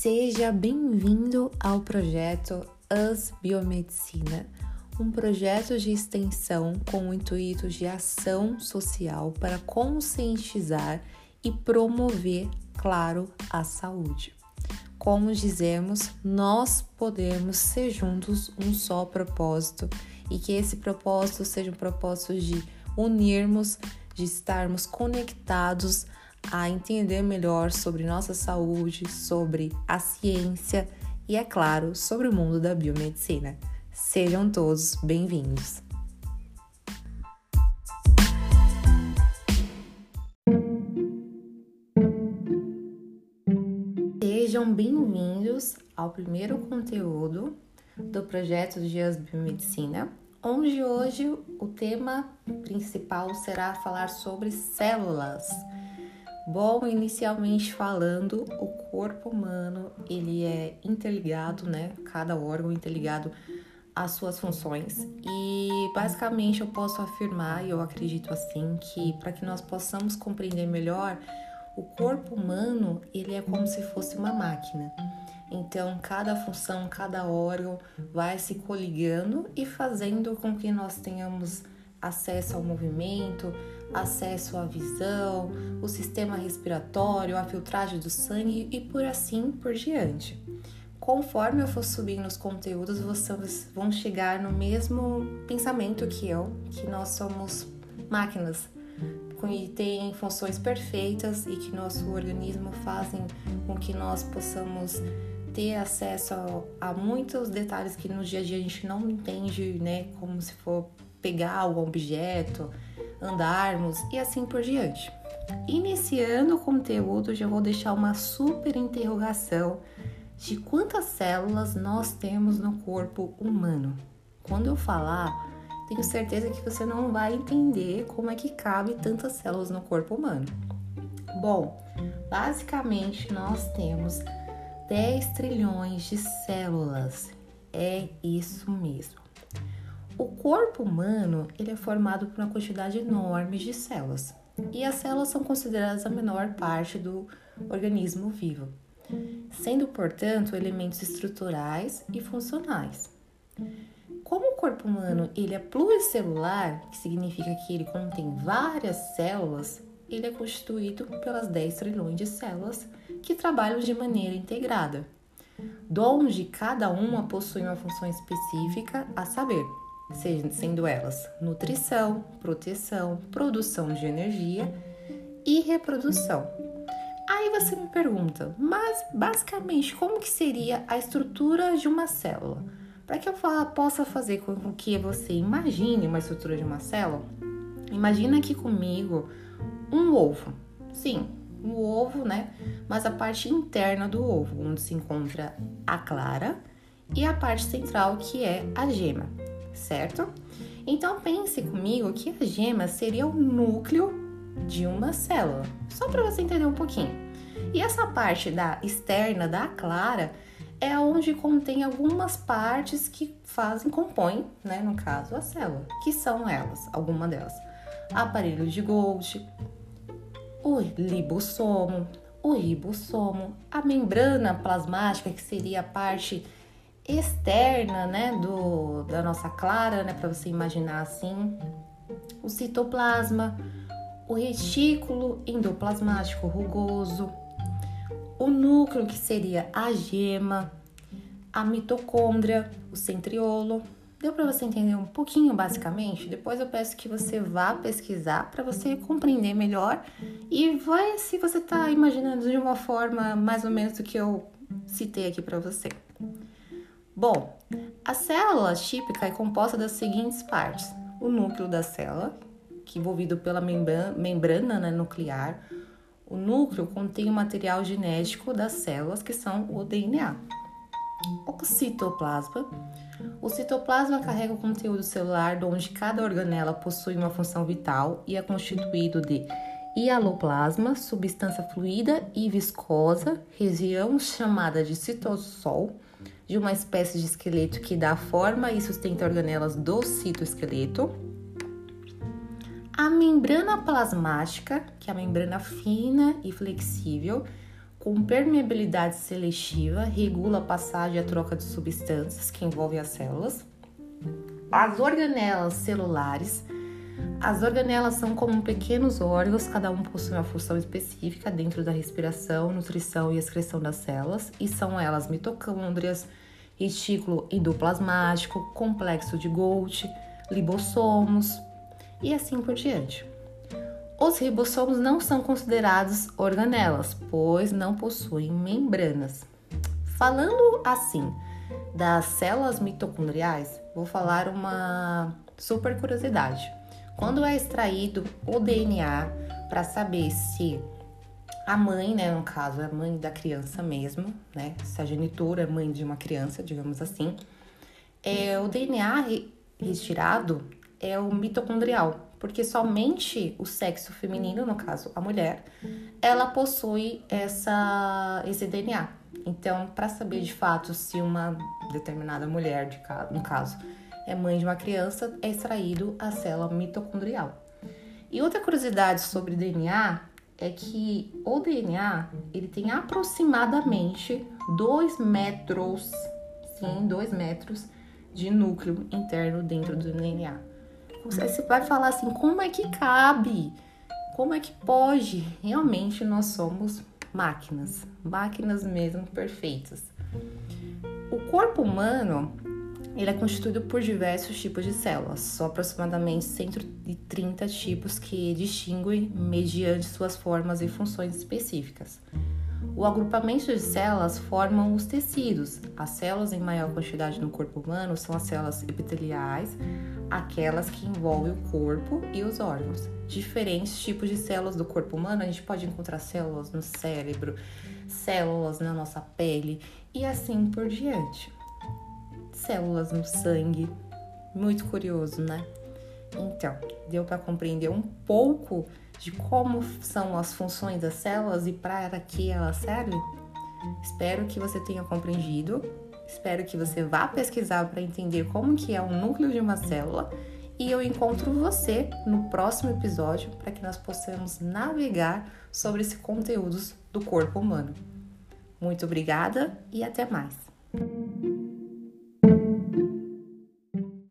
Seja bem-vindo ao projeto Us Biomedicina, um projeto de extensão com o intuito de ação social para conscientizar e promover, claro, a saúde. Como dizemos, nós podemos ser juntos um só propósito e que esse propósito seja um propósito de unirmos, de estarmos conectados a entender melhor sobre nossa saúde, sobre a ciência e, é claro, sobre o mundo da biomedicina. Sejam todos bem-vindos! Sejam bem-vindos ao primeiro conteúdo do projeto de Us Biomedicina, onde hoje o tema principal será falar sobre células. Bom, inicialmente falando, o corpo humano, ele é interligado, Cada órgão interligado às suas funções e basicamente eu posso afirmar, e eu acredito assim, que para que nós possamos compreender melhor, o corpo humano, ele é como se fosse uma máquina. Então, cada função, cada órgão vai se coligando e fazendo com que nós tenhamos acesso ao movimento, acesso à visão, o sistema respiratório, a filtragem do sangue e por assim por diante. Conforme eu for subindo os conteúdos, vocês vão chegar no mesmo pensamento que eu, que nós somos máquinas que têm funções perfeitas e que nosso organismo fazem com que nós possamos ter acesso a muitos detalhes que no dia a dia a gente não entende, como se for pegar algum objeto, andarmos e assim por diante. Iniciando o conteúdo, já vou deixar uma super interrogação de quantas células nós temos no corpo humano. Quando eu falar, tenho certeza que você não vai entender como é que cabe tantas células no corpo humano. Bom, basicamente nós temos 10 trilhões de células. É isso mesmo. O corpo humano, ele é formado por uma quantidade enorme de células. E as células são consideradas a menor parte do organismo vivo, sendo, portanto, elementos estruturais e funcionais. Como o corpo humano ele é pluricelular, que significa que ele contém várias células, ele é constituído pelas 10 trilhões de células que trabalham de maneira integrada, onde cada uma possui uma função específica, a saber, sendo elas nutrição, proteção, produção de energia e reprodução. Aí você me pergunta, mas basicamente como que seria a estrutura de uma célula? Para que eu possa fazer com que você imagine uma estrutura de uma célula, imagina aqui comigo um ovo. Sim, um ovo, mas a parte interna do ovo, onde se encontra a clara e a parte central, que é a gema, certo? Então pense comigo que a gema seria o núcleo de uma célula, só para você entender um pouquinho. E essa parte externa da clara é onde contém algumas partes que compõem, no caso, a célula, que são algumas delas. Aparelho de Golgi, o libossomo, o ribossomo, a membrana plasmática, que seria a parte externa, da nossa clara, para você imaginar assim, o citoplasma, o retículo endoplasmático rugoso, o núcleo, que seria a gema, a mitocôndria, o centriolo. Deu para você entender um pouquinho, basicamente? Depois eu peço que você vá pesquisar para você compreender melhor e vai se você está imaginando de uma forma mais ou menos do que eu citei aqui para você. Bom, a célula típica é composta das seguintes partes: o núcleo da célula, que é envolvido pela membrana nuclear. O núcleo contém o material genético das células, que são o DNA. O citoplasma. O citoplasma carrega o conteúdo celular, onde cada organela possui uma função vital e é constituído de hialoplasma, substância fluida e viscosa, região chamada de citosol, de uma espécie de esqueleto que dá forma e sustenta organelas do citoesqueleto. A membrana plasmática, que é a membrana fina e flexível, com permeabilidade seletiva, regula a passagem e a troca de substâncias que envolvem as células. As organelas celulares. As organelas são como pequenos órgãos, cada um possui uma função específica dentro da respiração, nutrição e excreção das células, e são elas mitocôndrias, retículo endoplasmático, complexo de Golgi, libossomos e assim por diante. Os ribossomos não são considerados organelas, pois não possuem membranas. Falando assim das células mitocondriais, vou falar uma super curiosidade. Quando é extraído o DNA para saber se a mãe, né, no caso, é a mãe da criança mesmo, né, se a genitora é mãe de uma criança, digamos assim, o DNA retirado é o mitocondrial, porque somente o sexo feminino, no caso, a mulher, ela possui esse DNA. Então, para saber de fato se uma determinada mulher, no caso, é mãe de uma criança, é extraído a célula mitocondrial. E outra curiosidade sobre DNA é que o DNA, ele tem aproximadamente 2 metros, sim, 2 metros de núcleo interno dentro do DNA. Você vai falar assim, como é que cabe? Como é que pode? Realmente nós somos máquinas mesmo perfeitas. O corpo humano, ele é constituído por diversos tipos de células, são aproximadamente 130 tipos que distinguem mediante suas formas e funções específicas. O agrupamento de células formam os tecidos. As células em maior quantidade no corpo humano são as células epiteliais, aquelas que envolvem o corpo e os órgãos. Diferentes tipos de células do corpo humano, a gente pode encontrar células no cérebro, células na nossa pele e assim por diante. Células no sangue, muito curioso, né? Então, deu para compreender um pouco de como são as funções das células e para que elas servem? Espero que você tenha compreendido, espero que você vá pesquisar para entender como que é o núcleo de uma célula e eu encontro você no próximo episódio para que nós possamos navegar sobre esses conteúdos do corpo humano. Muito obrigada e até mais!